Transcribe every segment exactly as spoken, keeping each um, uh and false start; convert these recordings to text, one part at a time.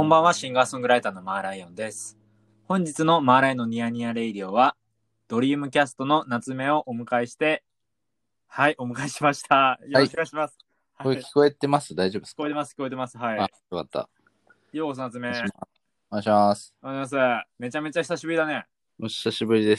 こんばんは、シンガーソングライターのマーライオンです。本日のマーライオンのニヤニヤレイディオは、ドリームキャストの夏目をお迎えして、はい、お迎えしました。よろしくお願いします。 はい、これ聞こえてます？大丈夫ですか？ 聞こえてます、聞こえてます。はい。 あ、よかった。 ようこそ夏目。 お願いします。 お願いします。めちゃめちゃ久しぶりだね。 お久しぶりです。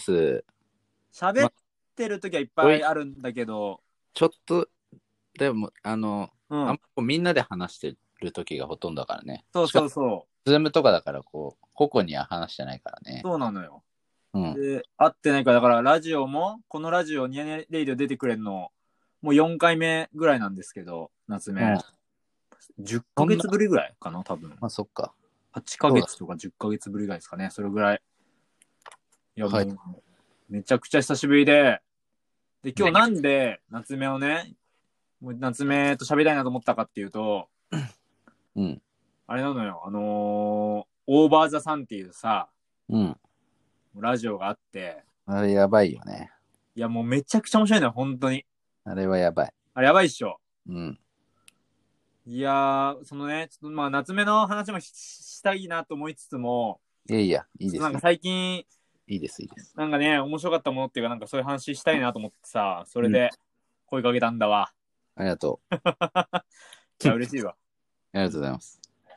喋ってる時はいっぱいあるんだけど、 ちょっと、でも、あの、 うん、 あんまこうみんなで話してる時がほとんどだからね。 そうそうそう。 ズームとかだから、こう、個々には話してないからね。 そうなのよ。 うん。 で、会ってないから、だからラジオも、このラジオ、ニヤニヤレイディオ出てくれるの、もうよんかいめぐらいなんですけど、夏目。うん、じゅっかげつぶりぐらいかな、多分。 まあ、そっか。 はちかげつとかじゅっかげつぶりぐらいですかね、それぐらい。いや、もう、はい、めちゃくちゃ久しぶりで、で、今日なんで夏目をね、もう夏目と喋りたいなと思ったかっていうと、 うん。 あれなのよ、あのー、オーバーザさんっていうさ、 うん。 ラジオがあって、 あれやばいよね。 いや、もうめちゃくちゃ面白いのよ、本当に。 あれはやばい。 あれやばいっしょ。 うん。 いやー、そのね、ちょっとまあ夏目の話も し, したいなと思いつつも、 いやいや、いいです。 なんか最近、 いいです、いいです。 なんかね、面白かったものっていうか、なんかそういう話したいなと思ってさ、それで声かけたんだわ。 うん、ありがとう。 いや、嬉しいわ。 ありがとうございます。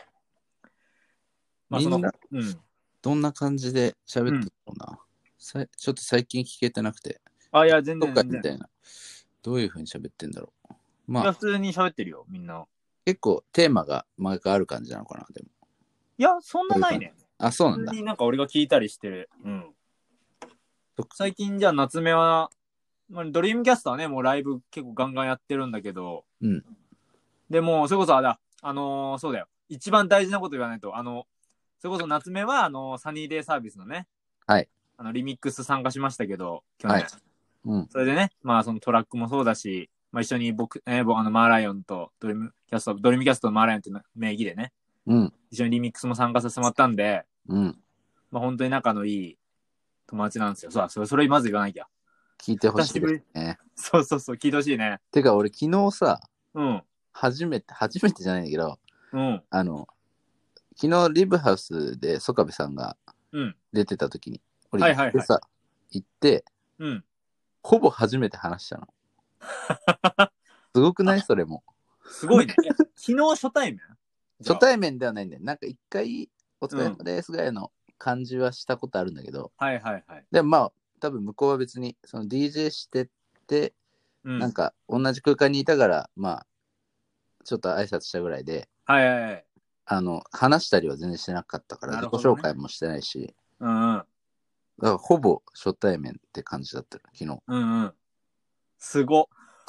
まあ、その、 みんな、 うん、 どんな感じで喋ってるのかな、うん、さちょっと最近聞けてなくて。 あ、いや、全然全然。 みたいな。どういう風に喋ってんだろう。 まあ、いや、普通に喋ってるよ、みんな。 結構テーマが毎回ある感じなのかな、でも。 いや、そんなないね。 あ、そうなんだ。 普通になんか俺が聞いたりしてる。うん。最近じゃあ夏目は、まあ、ドリームキャストはね、もうライブ結構ガンガンやってるんだけど、 うん。 でも、それこそあだ、あのー、そうだよ。一番大事なこと言わないと、あの、それこそ夏目は、あのー、サニーデイサービスのね、 はい。 あの、リミックス参加しましたけど、去年。はい、 うん。 それでね、まあそのトラックもそうだし、まあ一緒に僕、えー、僕あの、マーライオンとドリームキャスト、ドリームキャストのマーライオンっていう名義でね、 うん。 一緒にリミックスも参加させてもらったんで、 うん。 まあ本当に仲のいい友達なんですよ。そう、それ、それまず言わなきゃ。 聞いてほしいですね。 そうそうそう、聞いてほしいね。 てか俺昨日さ、 うん。 初めて、初めてじゃないんだけど、 うん。 あの、昨日リブハウスで曽我部さんが出てた時に、 うん、俺行ってさ、 はいはいはい、行って、 うん。 ほぼ初めて話したの。すごくない？それも。 すごいね。昨日初対面？ 初対面ではないんだよ。なんか一回、お疲れ様ですぐらいの感じはしたことあるんだけど、 はいはいはい。 でもまあ、多分向こうは別に、その ディージェー してて、うん、なんか同じ空間にいたから、まあ、ちょっと挨拶したぐらいで、 はいはいはい。 あの、話したりは全然してなかったから、ね、自己紹介もしてないし、 うんうん。 だからほぼ初対面って感じだった昨日。 うんうん。すご。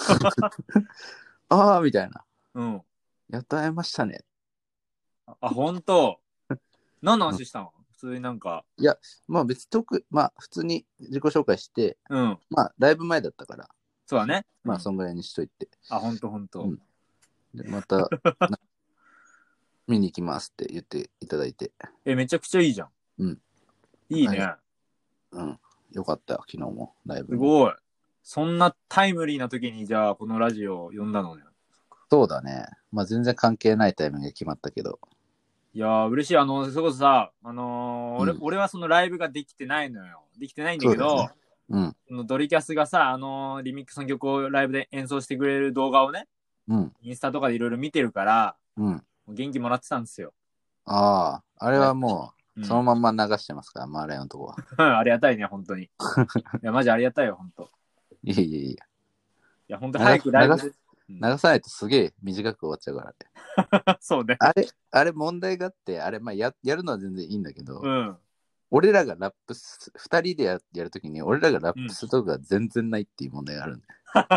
ああ、みたいな。 うん。 やっと会えましたね。 あ、ほんと。何の話したの、うん、普通になんか。 いや、まあ別に特、まあ普通に自己紹介して、 うん。 まあだいぶ前だったから。 そうだね。 まあそんぐらいにしといて。 うん、あ、ほんとほんと。うん、 で、また、見に行きますって言っていただいて。 え、めちゃくちゃいいじゃん。 うん。 いいね。はい、 うん。よかったよ、昨日も。ライブも。すごい。そんなタイムリーな時に、じゃあ、このラジオを呼んだのね。 そうだね。まあ全然関係ないタイミングが決まったけど。 いやー、嬉しい。あの、それこそさ、あのー、うん、俺、俺はそのライブができてないのよ。できてないんだけど、 う、ね、 うん、ドリキャスがさ、あのー、リミックスの曲をライブで演奏してくれる動画をね、 うん、 インスタとかでいろいろ見てるから、 うん、 元気もらってたんですよ。 ああ、あれはもう、そのまんま流してますから、うん、マーライオンのとこは。ありがたいね、本当に。いや、マジありがたいよ、本当。 いやいやいや。いや、本当早くライブで。 流さないとすげえ短く終わっちゃうからね。そうね。 あれ、あれ問題があって、あれ、まあや、やるのは全然いいんだけど、 うん、俺らがラップす、二人でややるときに、俺らがラップするとこが全然ないっていう問題があるん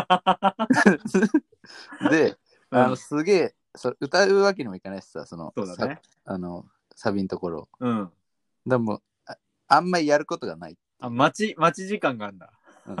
で。で、あの、すげえ、そ歌うわけにもいかないしさ、その、 そうだね、 あの、サビのところ。 うん。 でもあ、あんまりやることがない。 あ、待ち、待ち時間があるんだ。うん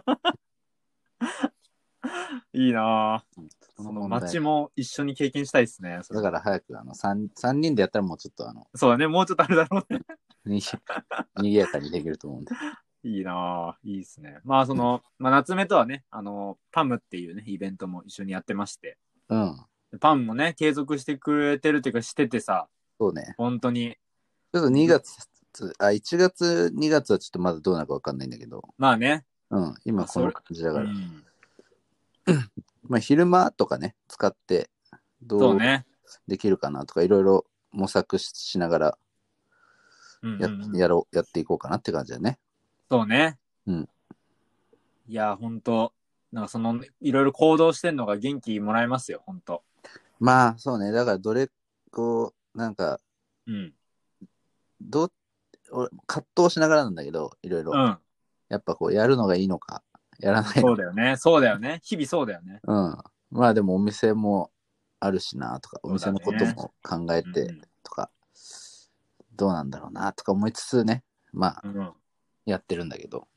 いいなぁ、うん、その街も一緒に経験したいですね。 だから早くあの 3, 3人でやったらもうちょっとあのそうだね、もうちょっとあるだろうね。 にぎやかにできると思うんで。 いいなぁ、いいですね。まあその、まあ、夏目とはね、あのパムっていうねイベントも一緒にやってまして、 うん。 パムもね継続してくれてるっていうかしててさ、 そうね。 本当に。 ちょっとにがつ、あ、いちがつ、にがつはちょっとまだどうなるかわかんないんだけど。 まあね。 うん、今この感じだから。 うん、 まあ昼間とかね、使ってどうできるかなとか、いろいろ模索しながらや、 うんうんうん、 やろう、やっていこうかなって感じだね。 そうね。 うん。 いや、ほんと、なんかその、いろいろ行動してんのが元気もらえますよ、ほんと。 まあ、そうね。だからどれ、こう、なんか、 うん。 どう、俺葛藤しながらなんだけど、いろいろ。 うん。 やっぱこう、やるのがいいのか、やらないのか。 そうだよね。そうだよね。日々そうだよね。 うん。まあでもお店もあるしなとか、お店のことね、 も考えてうんとか、どうなんだろうなとか思いつつね、まあ、 うん、 やってるんだけど。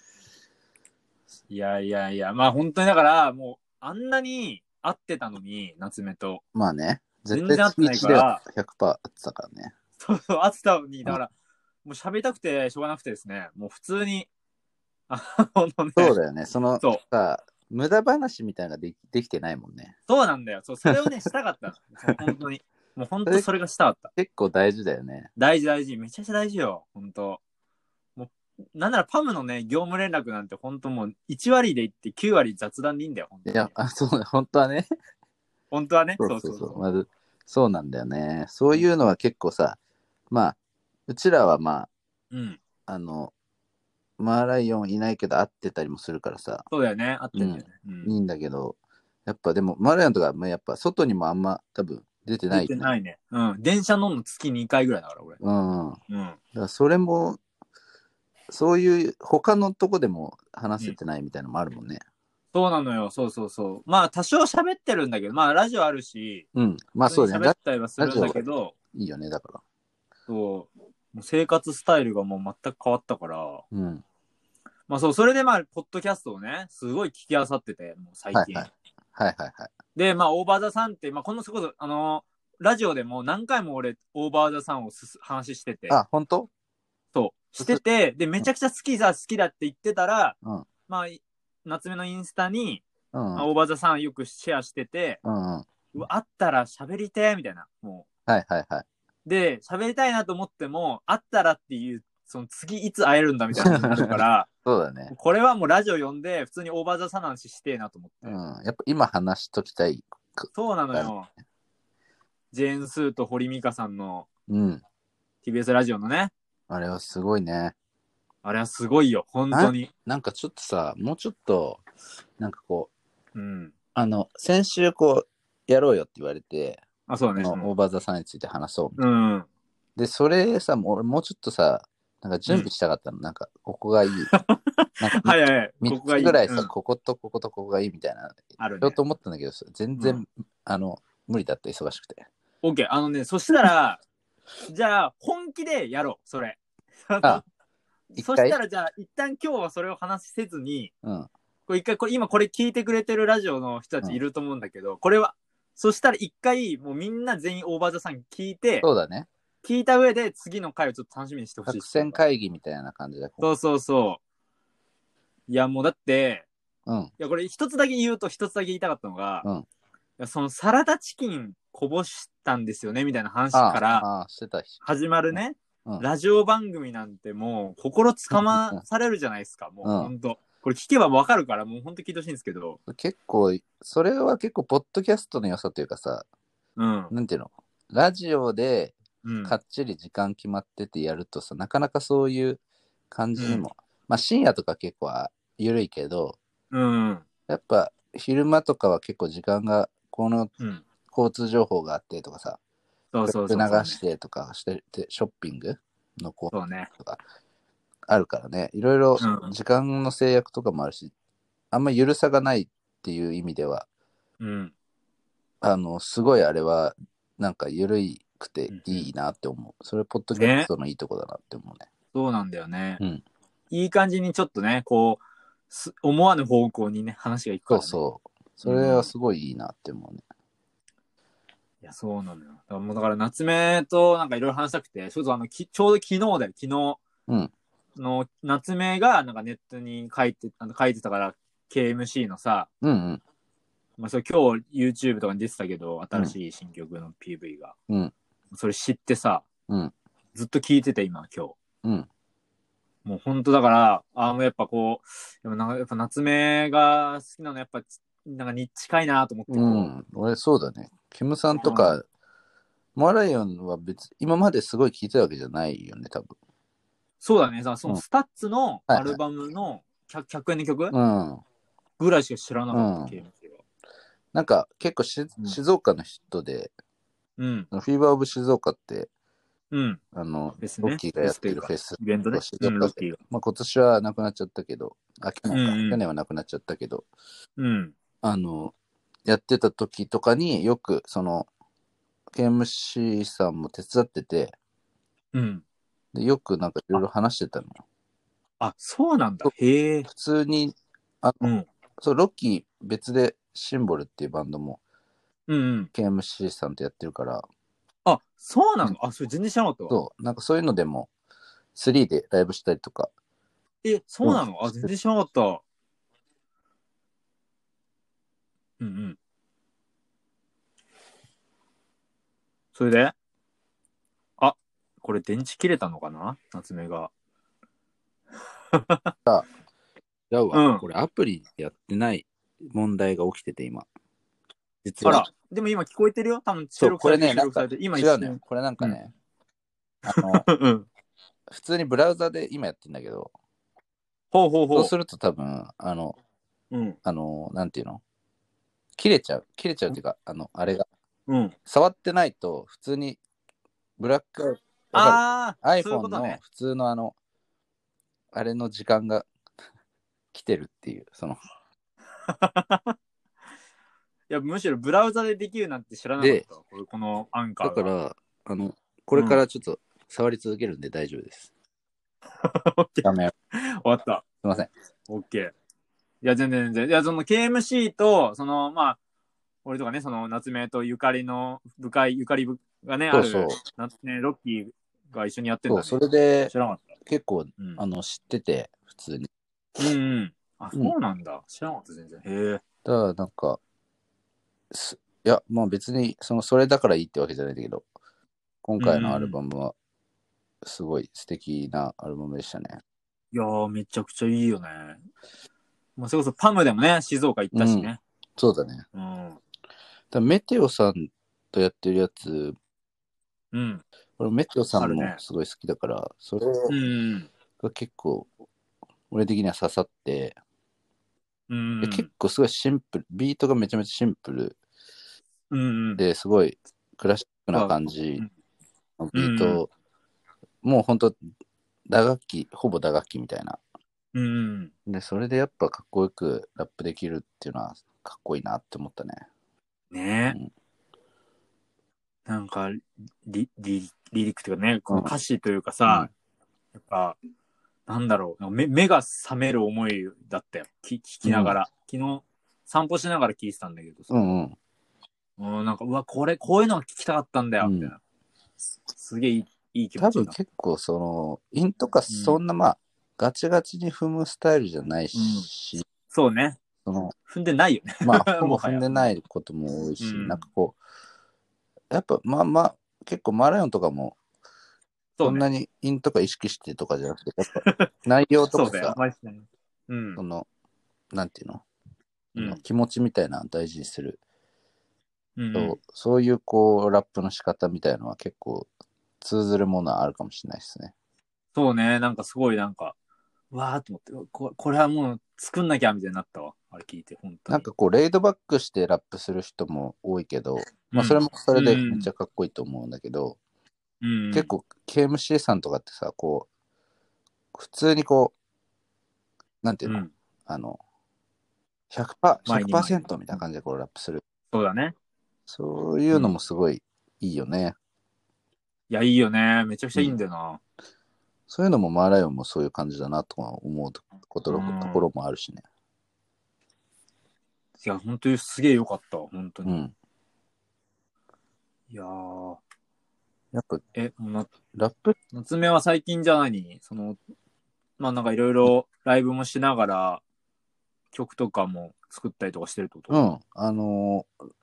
いやいやいや、まあ本当にだから、もう、あんなに会ってたのに、夏目と。 まあね、絶対全然会ってない月いちではから、 ひゃくパーセント合ってたからね。 そうそう、会ってたのに、 うん、 だから、もう喋りたくてしょうがなくてですね、もう普通に、あのね、 そうだよね、そのそう、 さ、無駄話みたいなのができできてないもんね。 そうなんだよ。そう、それをね、したかったの。そう本当に。もう本当それがしたかった。 結構大事だよね。 大事大事。めちゃくちゃ大事よ。本当。もう、なんならパムのね、業務連絡なんて本当もういち割で言ってきゅう割雑談でいいんだよ。本当に。 いや、あ、そう、本当はね。 本当はね。 そうそうそう。まず、そうなんだよね。そういうのは結構さ、まあ、うちらはまあ、 うん。 あの、マーライオンいないけど会ってたりもするからさ、 そうだよね。合ってんだよね。 う、 うんん。 いいんだけど、やっぱでも、マーライオンとか、まあ、やっぱ外にもあんま多分出てな出いよね。 てないね。うん。電車乗るの月にかいぐらいだから、俺。 うん。うん。だうん。 からそれも、そういう他のとこでも話せてないみたいなのもあるもんね。 そうなのよ。そうそうそう。まあ、多少喋ってるんだけど、まあ、ラジオあるし、 うん。まあ普通にそうだね。 喋ったりはするんだけど、 いいよね、だから。 そう、もう生活スタイルがもう全く変わったから、 うん。 まあそう、それでまあ、ポッドキャストをね、すごい聞き漁ってて、もう最近。 はいはい。はいはいはい。 で、まあ、オーバーザさんって、まあ、このそこそ、あのー、ラジオでも何回も俺、オーバーザさんをすす話してて、 あ、本当？ そう、してて、で、めちゃくちゃ好きだ、好きだって言ってたら、 うん。 まあ、夏目のインスタに、 うん。 まあ、オーバーザさんよくシェアしてて、 うんうん。 うわ会ったら喋りてーみたいな、もはいはいはい。 う。で、喋りたいなと思っても、会ったらっていう、その次いつ会えるんだみたいなのになるから、 そうだね。 これはもうラジオ呼んで、普通にオーバーザさんの話してえなと思って。 うん。やっぱ今話しときたい。 そうなのよ。ジェーンスーと堀美香さんのうん。 ティービーエス ラジオのね。 あれはすごいね。 あれはすごいよ、本当に。 なんかちょっとさ、もうちょっと、なんかこう。うん。 う、あの、先週こう、やろうよって言われて、 あ、そうね。 このオーバーザさんについて話そうみたいな。 うん。 で、それさ、もう俺もうちょっとさ、なんか準備したかったの。うん、なんか、ここがいい。なんか、 はいはい。 みっつぐらいさ、こことこことここがいいみたいな。 あるね。 やろうと思ったんだけど、全然、うん、あの、無理だった、忙しくて。 オッケー。あのね、そしたら、じゃあ、本気でやろう、それ。あそしたら、じゃあ、一旦今日はそれを話せずに、うん、これ一回、これ今これ聞いてくれてるラジオの人たちいると思うんだけど、うん、これは、そしたら一回、もうみんな全員オーバーザさん聞いて、 そうだね。 聞いた上で次の回をちょっと楽しみにしてほしい。 作戦会議みたいな感じだ。 そうそうそう。いや、もうだって、 うん、 いや、これ一つだけ言うと一つだけ言いたかったのが、うん、いやそのサラダチキンこぼしたんですよね、みたいな話から始まるね、うん、ラジオ番組なんてもう心つかまされるじゃないですか、もうほんと。これ聞けばわかるから、もうほんと聞いてほしいんですけど。 結構、それは結構、ポッドキャストの良さというかさ、うん、なんていうの、ラジオで、かっちり時間決まっててやるとさ、なかなかそういう感じにも、うん、まあ深夜とか結構緩いけど、うん、やっぱ昼間とかは結構時間がこの交通情報があってとかさ、 そうそうそう、 流してとかしててショッピングのコーナーとかあるからね、いろいろ時間の制約とかもあるし、あんま緩さがないっていう意味では、うん、あのすごいあれはなんか緩いくていいなって思う。それポッドキャストのいいとこだなって思うね。ね、 そうなんだよね。うん、いい感じにちょっとね、こう思わぬ方向にね話がいくから、ね。 そうそう。それはすごいいいなって思うね。 うん、いやそうなのよ。だからもうだから夏目となんかいろいろ話したくて、ちょうどあのきちょうど昨日だよ昨日。うん。の夏目がなんかネットに書いてあの書いてたから ケーエムシー のさ。うんうん。まあそれ今日 YouTube とかに出てたけど、新しい新曲の ピーブイ が。うん。 それ知ってさ、 うん。 ずっと聞いてて今、今日。 うん。 もうほんとだから、あもうやっぱこう、でもなんかやっぱ夏目が好きなのやっぱ、なんかに近いなと思ってこう。 うん。俺そうだね。キムさんとか、うん、マーライオンは別、今まですごい聞いてたわけじゃないよね、多分。 そうだね。そのスタッツのアルバムの ひゃく, 円の曲、 うん、 ぐらいしか知らなかった、うん、ケーエムシー は。 なんか結構し、うん、静岡の人で、うん、フィーバーオブ静岡って、 うん、 あの、 ね、 ロッキーがやってるフェス、 イベントね、 静岡で、うん、まあ今年はなくなっちゃったけど、あ、去年か、うんうん、去年はなくなっちゃったけど、うん、あの、やってた時とかによくその、ケーエムシー さんも手伝ってて、うん、でよくなんかいろいろ話してたの。 あ、そうなんだ。へえ。 普通に、あの、うん、そう、ロッキー別でシンボルっていうバンドも、うんうん、ケーエムシー さんとやってるから。 あ、そうなの、うん、あ、それ全然知らなかったわ。 そう、なんかそういうのでも、スリーでライブしたりとか。 え、そうなの、うん、あ、全然知らなかった。うんうん。それであ、これ電池切れたのかな夏目が。 さあ、違うわ、うん。これアプリやってない問題が起きてて今。 実は。あら、でも今聞こえてるよ。多分収録されてる、収録されてる。 今一瞬。違うのよ。これなんかね、うん、あの、うん、普通にブラウザで今やってんだけど、 ほうほうほう。 そうすると多分、あの、うん、あの、なんていうの切れちゃう。切れちゃうっていうか、あの、あれが。うん。触ってないと、普通に、ブラックアウト。ああ、iPhone の普通のあの、あれの時間が来てるっていう、その。 いや、むしろブラウザでできるなんて知らなかった。これ、このアンカーが。だから、あの、これからちょっと触り続けるんで大丈夫です。 オッケー。ダメ。終わった。 すいません。 オッケー。いや、全然全然。いや、その ケーエムシー と、その、まあ、俺とかね、その夏目とゆかりの深い、ゆかりがね、そうそうある、ね、ロッキーが一緒にやってんだね。 そう、それで、知らなかった。結構、うん、あの、知ってて、普通に。 うんうん。あ、そうなんだ。うん、知らなかった、全然。へえ。だから、なんか、いや、まあ別に、その、それだからいいってわけじゃないんだけど、今回のアルバムは、すごい素敵なアルバムでしたね。 いやー、めちゃくちゃいいよね。まあ、それこそパムでもね、静岡行ったしね。うん、 そうだね。うん。だメテオさんとやってるやつ、うん。俺メテオさんもすごい好きだから、ね、それが結構、俺的には刺さって、うん、で結構すごいシンプル、ビートがめちゃめちゃシンプル、うん、ですごいクラシックな感じのビート、うん、もうほんと打楽器、ほぼ打楽器みたいな。うん、で、それでやっぱかっこよくラップできるっていうのはかっこいいなって思ったね。 ねえ。うん、なんかリ、リ、リリックっていうかね、この歌詞というかさ、うん、やっぱ、なんだろう、目目が覚める思いだったよ。聞きながら、うん。昨日、散歩しながら聞いてたんだけどさ。うんうん。うん、なんか、うわ、これ、こういうのが聞きたかったんだよ、みたいな。うん、す, すげえいい、いい気持ちだ。多分結構その、インとかそんな、まあ、うん、ガチガチに踏むスタイルじゃないし。うん、 そうね。その踏んでないよね。 まあ、ほぼ踏んでないことも多いし、うん、なんかこう、やっぱまあまあ、結構マーライオンとかも、そんなにインとか意識してとかじゃなくて、やっぱ内容とかさ、うん、その、なんていうの、うん、気持ちみたいなのを大事にする、うん、そう。そういうこう、ラップの仕方みたいなのは結構通ずるものはあるかもしれないですね。 そうね、なんかすごいなんか、わーっと思って、ここれはもう作んなきゃみたいになったわ。あれ聞いて、本当に。 なんかこう、レイドバックしてラップする人も多いけど、まあそれもそれでめっちゃかっこいいと思うんだけど、うん、結構 ケーエムシー さんとかってさ、こう、普通にこう、なんていうの、うん、あの、ひゃくパーセント みたいな感じでこうラップする。 そうだね。 そういうのもすごいいいよね。 うん、いや、いいよね。めちゃくちゃいいんだよな。うん、 そういうのもマーライオンもそういう感じだなとは思うことの、うん、ところもあるしね。 いや、本当にすげえ良かった。本当に。うん、いやー。 やっぱ、 え、な、 ラップ夏目は最近じゃ何その、まあなんかいろいろライブもしながら曲とかも作ったりとかしてるってこと？ うん。あのー、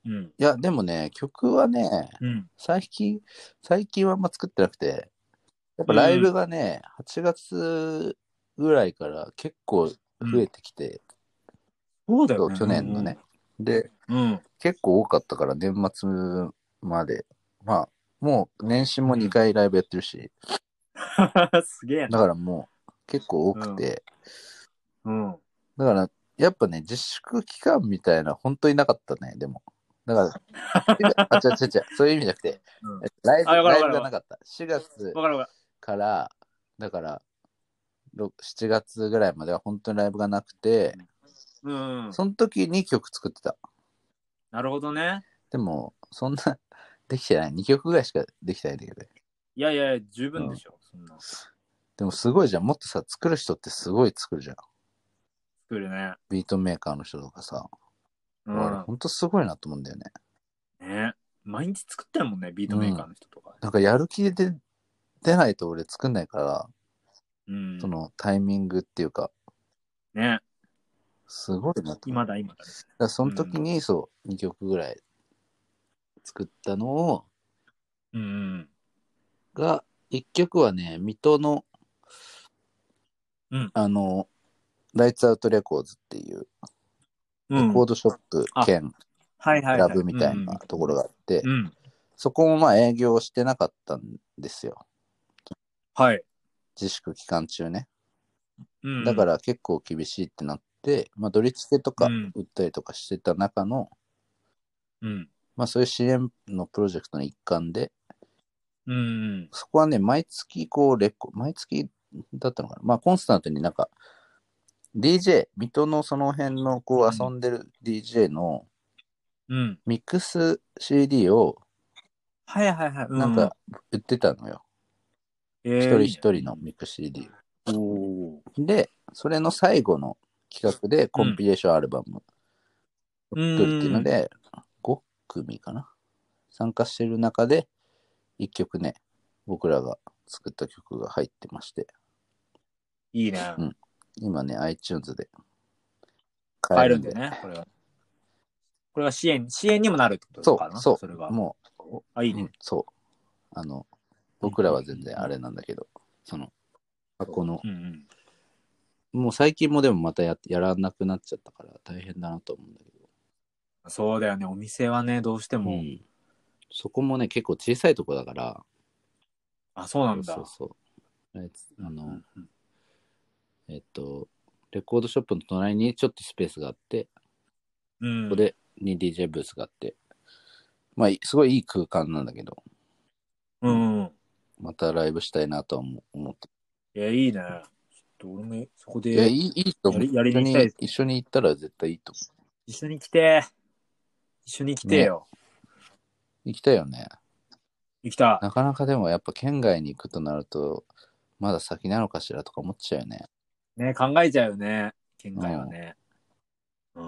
うん。 いや、でもね、曲はね、 うん。 最近、最近はあんま作ってなくて、やっぱライブがね、はちがつぐらいから結構増えてきて、そう、 そうだよね。 去年のね。で、 うん。うん。 結構多かったから年末まで。まあ、もう年始もにかいライブやってるし、 すげえな。 だからもう結構多うん。 くて、 うん。 だからやっぱね、自粛期間みたいな本当になかったね、でも。だから、あ、違う違う違う、そういう意味じゃなくて、 うん。あ、 ライブ、ライわかるわかるわ。 ブがなかった。しがつわかるわかから、だから、ろく しちがつぐらいまでは本当にライブがなくて、 る。うん。 その時に曲作ってた。 なるほどね。 でも、そんな、できてない。にきょくぐらいしかできてないんだけどね。 いやいや、十うん。 分でしょ。そんな。 でもすごいじゃん。もっとさ、作る人ってすごい作るじゃん。 作るね。 ビートメーカーの人とかさ。あれ、 うん。 ほんとすごいなと思うんだよね。 ね。毎日作ってるもんね、ビートメーカーうん。 の人とか。 なんかやる気で出ないと俺作んないから、 うん。 そのタイミングっていうか、 ね。 すごいなと思う。 今だ、今だね。 だからその時うん。 にそう、にきょくぐらい作ったのを、 うん。 が、いっきょくはね、水戸の、 うん。 あの、ライツアウトレコーズっていううん。 レコードショップあ、 兼クラはいはいはい。うん。 ブみたいなところがあって、 うん。 そこもまあ営業してなかったんですよ。 はい。 自粛期間中ね。 うん。 だから結構厳しいってなって、まあ、取り付けとかうん。 売ったりとかしてた中の、 うん。 まあ、そういう支援のプロジェクトの一環で、 うん。 そこはね、毎月こうレコ、毎月だったのかな。まあ、コンスタントになんか、ディージェー、水戸のその辺のこう遊んでる ディージェー のうん。 ミックス シーディー をはいはいはい。うん。 なんか売ってたのよ。一ええー、いいね。 人一人のミックス シーディうん。おー。 ー。で、それの最後の企画でコンうん。 ピレーションアルバムをう作るっていうのん。 で、ごくみかな参加してる中で、いっきょくね、僕らが作った曲が入ってまして、 いいね。 うん。今ね、iTunes で買えるんで。 買えるんだよね、これは。これは支援、支援にもなるってことそう、 かな、 そう、 それが。 もう、 あ、いいね。 うん、そう。あの、 うん僕らはうんうんうん。 全然あれなんだけど、その、過去の、 うんうん。 もう最近もでもまたややらなくなっちゃったから大変だなと思うんだけど、 そうだよね。お店はね、どうしても。 うん。そこもね、結構小さいとこだから、 あ、そうなそうんだ。 そうそう。あいつうんあの、 うんうん。 えっと、レコードショップの隣にちょっとスペースがあって、 うん。 ここでに ディージェー ブースがあって、まあ、すごいいい空間なんだけど、 ううん、 ん。 またライブしたいなとは思思って。 いや、いいね。ちょっと俺もそこいや、いでい、いいと思う。 やり、やり一緒に、 に行きたいです。 一緒に行ったら絶対いいと一緒に来て。一緒に来思う。ね。 てよ。 行きたいよね。 行きたなかなかでもやっぱ県外に行くとなると、まだ先なのかしらとか思っちゃうよね。 い。ね、考えちゃうよね。県うん。 外はね。うん。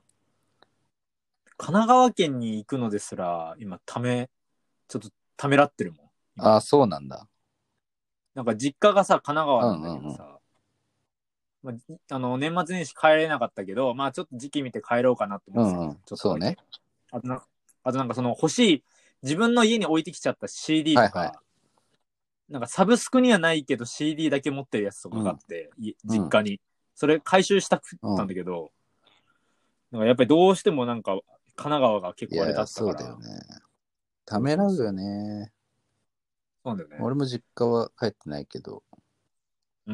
神奈川県に行くのですら、今、ため、ちょっとためらってるもん。今。 ああ、そうなんだ。 なんか実家がさ、神奈川なんうんうんうん。 だけどさ、まあ、あの、年末年始帰れなかったけど、まあちょっと時期見て帰ろうかなと思ってたの。 うんうん。そうね。 ちょっとだけ。あとな、あとなんかその欲しい、自分の家に置いてきちゃった シーディーはいはい。 とか、なんかサブスクにはないけど シーディー だけ持ってるやつとかがあうん。 って、 うん。 実家に。それ回収したくったんうん。 だけど、なんかやっぱりどうしてもなんか、神奈川が結構あれだいやいや、 ったから、 そうだよね。たそうめらうよそうそう。 ね。 そうなんだよね。 俺も実家は帰ってないけど、 うん。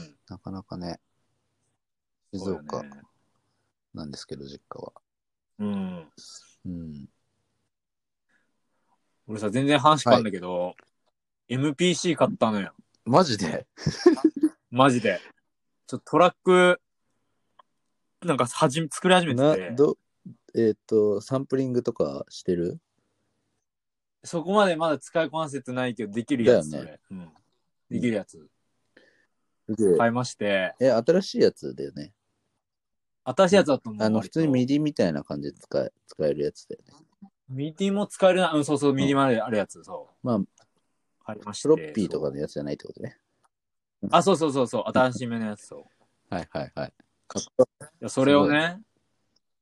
なかなかね、静そうよ岡ね。 なんですけど、実家は。 うん。 うん。 俺さ、全然話変わんはい。 だけど、エムピーシー 買ったのよ。 マジで？ マジで。ちょっとトラック、なんかはじめ、作り始めてな、 て、 ど、えっと、サンプリングとかしてる？ そこまでまだ使いこなせてないけど、できるやつ、そだよね。 れ。うん。 うん。 できるやつ。 で、 買いまして、 え、新しいやつだよね。 新しいやつだと思う、 あの、普通にミ割と。 ディみたいな感じで使え、使えるやつだよね。 ミディも使えるな。うん、そうそう、ミディうん。 まであるやつ、そう。 まあ、 買いまフロッして、 ピーとかのそう。 やつじゃないってことね。 あ、そうそうそうそう、新しめのやつ、そう。 はいはいはい。かっいや、そすごい。 れをね、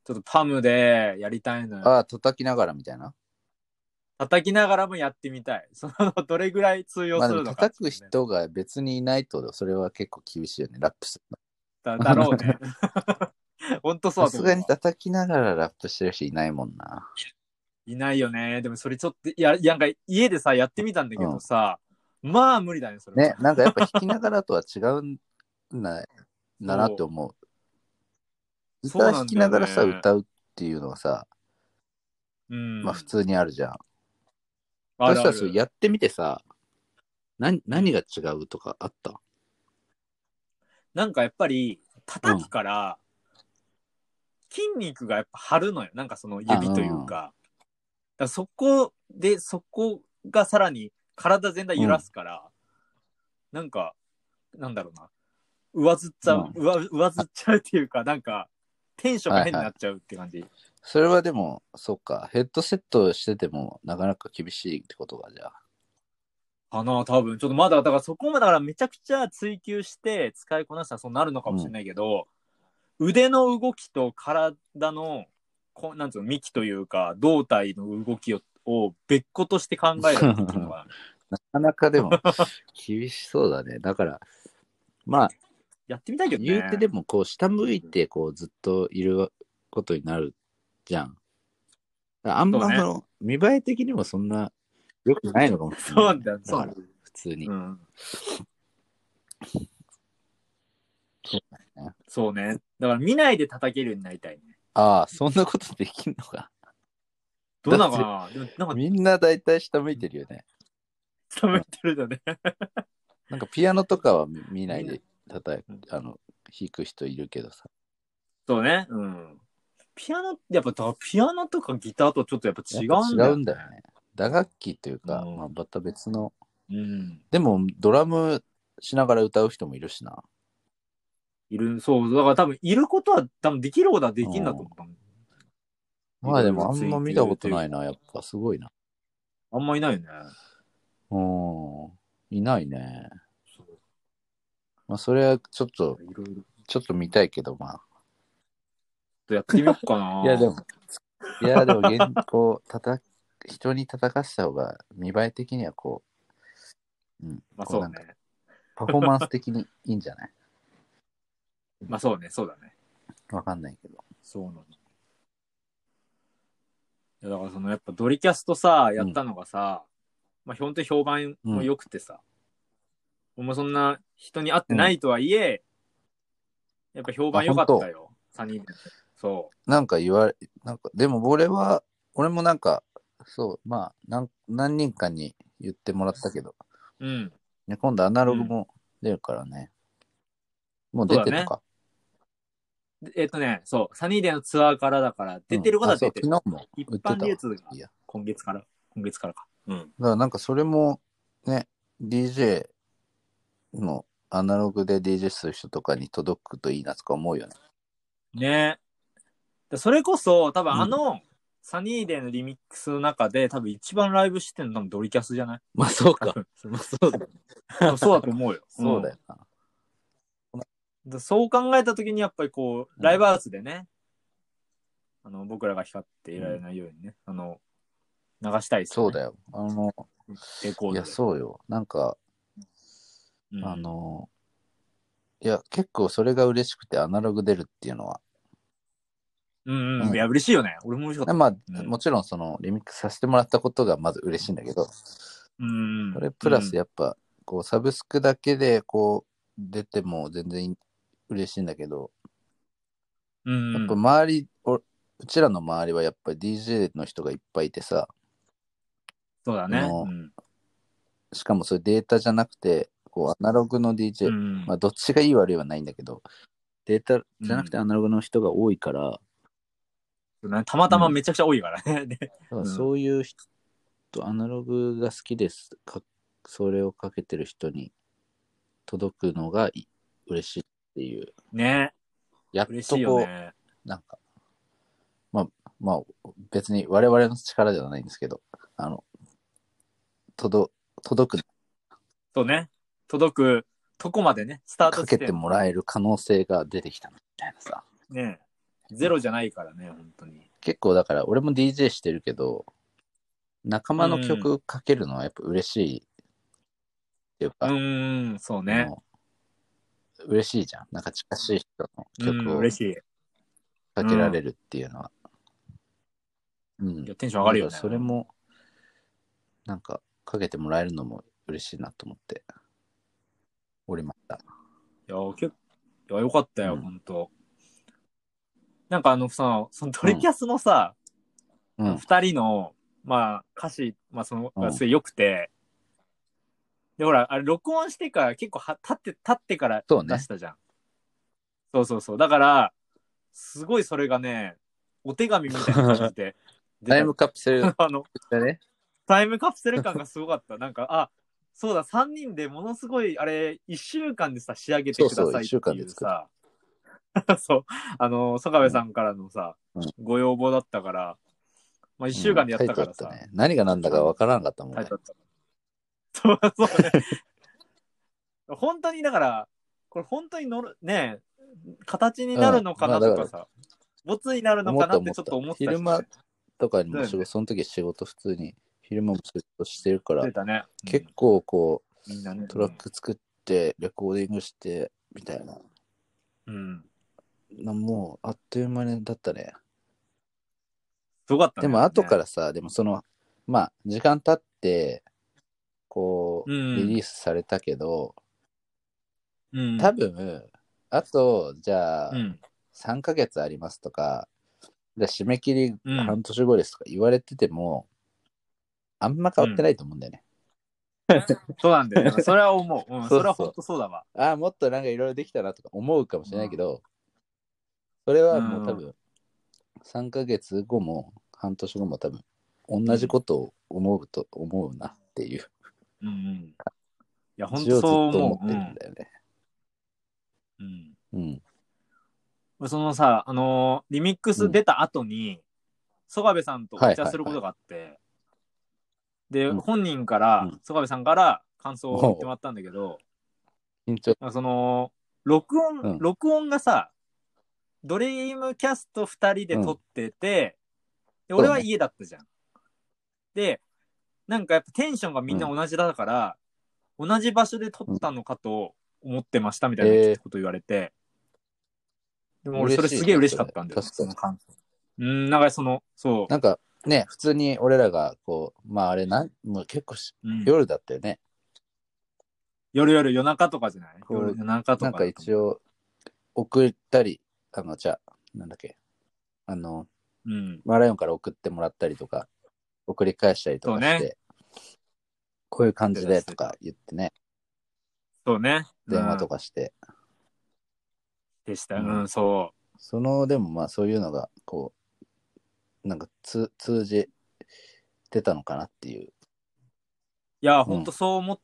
ちょっとパムでやりたいのよ。 ああ、叩きながらみたいな。 叩きながらもやってみたい。その、どれぐらい通用するのか、ね。 まあでも叩く人が別にいないと、それは結構厳しいよね、ラップするの。 だだろうね。ほんとそうだと思う。 さすがに叩きながらラップしてる人いないもんな。 いないよね。でもそれちょっと、いや、なんか家でさ、やってみたんだけどさ、うん、まあ無理だね、それは。 ね、なんかやっぱ弾きながらとは違うんだなって思う。ギター弾きながらさ、歌うっていうのはさ、うん、まあ普通にあるじゃん。あるある。そやってみてさ、何、何が違うとかあった？ なんかやっぱり、叩くから、筋肉がやっぱ張るのよ。なんかその指というか。だからそこで、そこがさらに体全体揺らすから、うん、なんか、なんだろうな。上ずっちゃう、うん、上、上ずっちゃうっていうか、なんか、テンションが変になっちゃうって感じ。はいはい、 それはでも、そっか、ヘッドセットしててもなかなか厳しいってことが、じゃあ。 かな、多分。ちょっとまだ、だからそこまで、だからめちゃくちゃ追求して使いこなしたらそうなるのかもしれないけど、うん、腕の動きと体の、こなんつうの、幹というか、胴体の動きをを別個として考えるっていうのが。 なかなかでも、厳しそうだね。だから、まあ、 やってみたいけどね。 言うてでも、こう、下向いて、こう、ずっといることになるじゃん。あんまその、見栄え的にもそんな良くないのかもしれない。 そうだよ、 だから普通に。うん、 そうだね。そうね。だから見ないで叩けるようになりたいね。 ああ、そんなことできんのか。 どうなのかな。でもなんかみんな大体下向いてるよね。 下向いてるよね。 なんかピアノとかは見ないで叩く、あの、弾く人いるけどさ。 そうね。うん。ピアノ、やっぱピアノとかギターとちょっとやっぱ違うんだよね。違うんだよね。 打楽器というか、うん、まあ、また別の。 うん。でも、ドラムしながら歌う人もいるしな。 いる、そう。だから多分、いることは、多分できることはできんだと思った。 まあでも、あんま見たことないな。やっぱすごいな。 あんまいないよね。 うん。いないね。まあ、それはちょっと、いろいろちょっと見たいけど、まあ。 やってみようかな。 いや、でも、いや、でも、原稿、たた、人に叩かせた方が、見栄え的にはこう、うん。 まあそうね。 パフォーマンス的にいいんじゃない？ まあそうね、そうだね。 わかんないけど。 そうなの。いや、だからその、やっぱドリキャストさ、やったのがさ、うん、まあ本当に評判も良くてさ、うん、もうそんな人に会ってないとはいえ、うん、やっぱ評判良かったよ。さんにんで。そう。 なんか言われ、なんか、でも俺は、俺もなんか、そう、まあ、何何人かに言ってもらったけど、 うん。 ね、今度アナログも出るからね。うん、もう出てるのか。 えっとね、そう、サニーデーのツアーからだから、出てることは出てる。 うん、昨日も一般流通が今月から、今月からか。うん。だからなんかそれも、ね、ディージェー のアナログで ディージェー する人とかに届くといいなとか思うよね。 ねえ。それこそ、多分あの、うん、サニーデーのリミックスの中で、多分一番ライブしてるの多分ドリキャスじゃない？ まあそうか。そうだ。そうだと思うよ。 そうだよな。 うん、そう考えたときにやっぱりこう、ライブハウスでね、うん、あの、僕らが光っていられないようにね、うん、あの、流したいですよね。 そうだよ。あの、いや、そうよ。なんか、うん、あの、いや、結構それが嬉しくて、アナログ出るっていうのは。 うんうん。いや、嬉しいよね。俺も嬉しかった。 まあ、うん、もちろんその、リミックスさせてもらったことがまず嬉しいんだけど、うん。それプラスやっぱ、こう、サブスクだけで、こう、出ても全然嬉しいんだけど、うん。やっぱ周り、うちらの周りはやっぱり ディージェー の人がいっぱいいてさ、 そうだね。うん、 しかもそれデータじゃなくて、こう、アナログの ディージェー、うん、まあ、どっちがいい悪いはないんだけど、データじゃなくてアナログの人が多いから、 うん、たまたまめちゃくちゃ多いからね。うん、だからそういう人、アナログが好きですか、それをかけてる人に届くのが嬉しいっていう。 ね。 やっとこう、ね、なんか、まあ、まあ、別に我々の力ではないんですけど、あの、届、届く。 そうね。届くとこまでね、スタートかけてもらえる可能性が出てきたみたいなさ。 ねゼロじゃないからね、本当に。 結構だから俺も ディージェー してるけど、仲間の曲かけるのはやっぱ嬉しいっていうか、 うん、うん、そうね。 嬉しいじゃん。なんか近しい人の曲をかけられるっていうのは。うん。うん、いやテンション上がるよね。 それも、なんかかけてもらえるのも嬉しいなと思っておりました。 いや、結構、いや、よかったよ、うん、ほんと。なんかあのさ、そのドリキャスのさ、二、うん、人の、まあ、歌詞、まあ、その、がすごい良くて、で、ほら、あれ、録音してから結構は、立って、立ってから出したじゃん。そう、ね、そうそうそう。だから、すごいそれがね、お手紙みたいな感じで。 タイムカプセル。 あの、タイムカプセル感がすごかった。なんか、あ、そうだ、さんにんでものすごい、あれ、いっしゅうかんでさ、仕上げてくださいっていうさ、そう、あの、曽我部さんからのさ、うん、ご要望だったから、まあ、いっしゅうかんでやったからさ。うんね、何が何だか分からなかったもんね。 そう、そうね。本当に、だから、これ本当に乗る、ね、形になるのかなとかさ、ボツ、うんまあ、になるのかなってちょっと思ってたし、 昼間とかにも仕事、ね、その時仕事普通に、昼間も仕事してるから、 ねうん、 結構こう、みんなね、トラック作って、レコーディングして、みたいな。 うん。 もう、あっという間にだったね。 すごかったね。 でも、後からさ、ね、でもその、まあ、時間経って、こう、うん、リリースされたけど、うん、多分、あと、じゃあ、うん、さんかげつありますとか、じゃあ締め切り半年後ですとか言われてても、うん、あんま変わってないと思うんだよね。 うん、そうなんだよね。それは思う。うん、そうそうそれは本当そうだわ。 ああ、もっとなんかいろいろできたなとか思うかもしれないけど、うん、それはもう多分、さんかげつごも半年後も多分、同じことを思うと思うなっていう。 うんうん。いや、本当そう思ってるんだよね。 うん。 うん。 そのさ、あのー、リミックス出た後に、曽我部さんと打ち合わせすることがあって、はいはいはい、で、うん、本人から、曽我部さんから感想を言ってもらったんだけど、その、録音、うん、録音がさ、ドリームキャストふたりで撮ってて、うん、で俺は家だったじゃん。で、なんかやっぱテンションがみんな同じだから、うん、同じ場所で撮ったのかと思ってましたみたいなこと言われて、えー、でも俺それすげえ嬉しかったんだよ。その感想。うん、なんかその、そう。 なんかね、普通に俺らがこう、まああれな、もう結構、うん、夜だったよね。 夜夜夜中とかじゃない？夜夜中とか。 なんか一応送ったり、あの、じゃあ、なんだっけ、あの、うん、マライオンから送ってもらったりとか、送り返したりとかして、ね、こういう感じでとか言ってね。 そうね。 電話とかして。 うん、でした。うん、うん、そう。 その、でもまあそういうのが、こう、なんかつ通じてたのかなっていう。 いや、ほんとそう思って、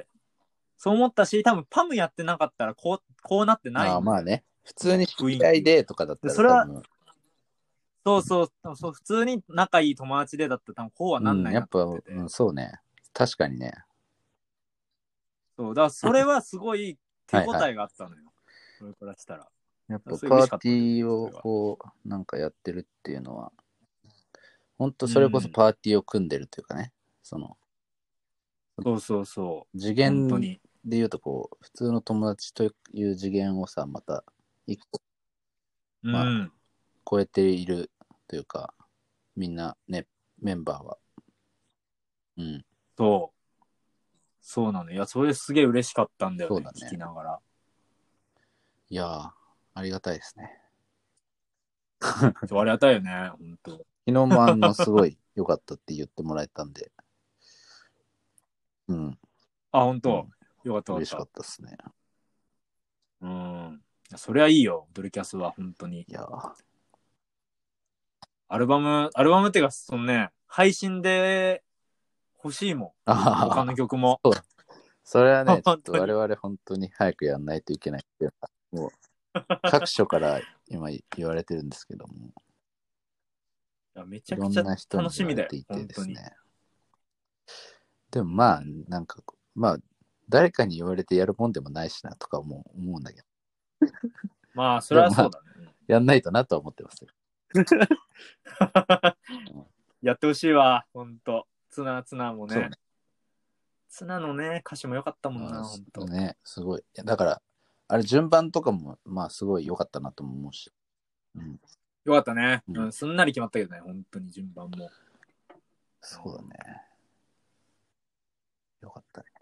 そう思ったし、多分パムやってなかったらこう、こうなってないんだよ。 ああ、まあね。普通に知り合いでとかだったらそれは、そうそうそう、普通に仲いい友達でだったら多分こうはなんないなと思ってて、 うん、やっぱ、うん、そうね。確かにね。 そう、だからそれはすごい手応えがあったのよ。はいはい、それからしたら。 やっぱパーティーをこう、なんかやってるっていうのは、本当それこそパーティーを組んでるというかね、うん、その、 そうそうそう。 次元で言うとこう、普通の友達という次元をさ、また一個、まあ、うん、超えているというか、みんなね、メンバーは。うん。 そう。そうなの。いや、それすげえ嬉しかったんだよね。そうだね。聞きながら。 いやー、ありがたいですね。 そう、ありがたいよね、本当。昨日もあの、すごい良かったって言ってもらえたんで。うん。 あ、本当、うん、よかった。 嬉しかったですね。 うん。そりゃいいよ、ドリキャスは、本当に。 いやー。 アルバム、アルバムっていうか、そのね、配信で欲しいもん。他の曲も。 そう。それはね、ちょっと我々本当に早くやんないといけないっていうか、もう、各所から今言われてるんですけども。 いや、めちゃくちゃ楽しみだよ。いろんな人に言われていてですね。 でもまあ、なんか、まあ、誰かに言われてやるもんでもないしなとかも思うんだけど。 まあ、それはそうだね。 やんないとなとは思ってますよ。 やってほしいわ、ほんと。ツナツナもね。 そうね。 ツナのね、歌詞も良かったもんな、 あほんと。 ね、すごい。いやだから、あれ順番とかも、まあすごい良かったなとも思うし。うん、 よかったね、 うんうん。すんなり決まったけどね、本当に順番も。 そうだね。よかったね。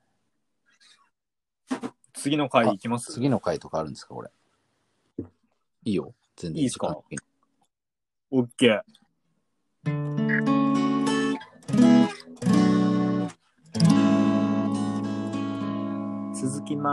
次の回いきます？ 次の回とかあるんですか、これ。いいよ。全然。 いいですか？オッケー。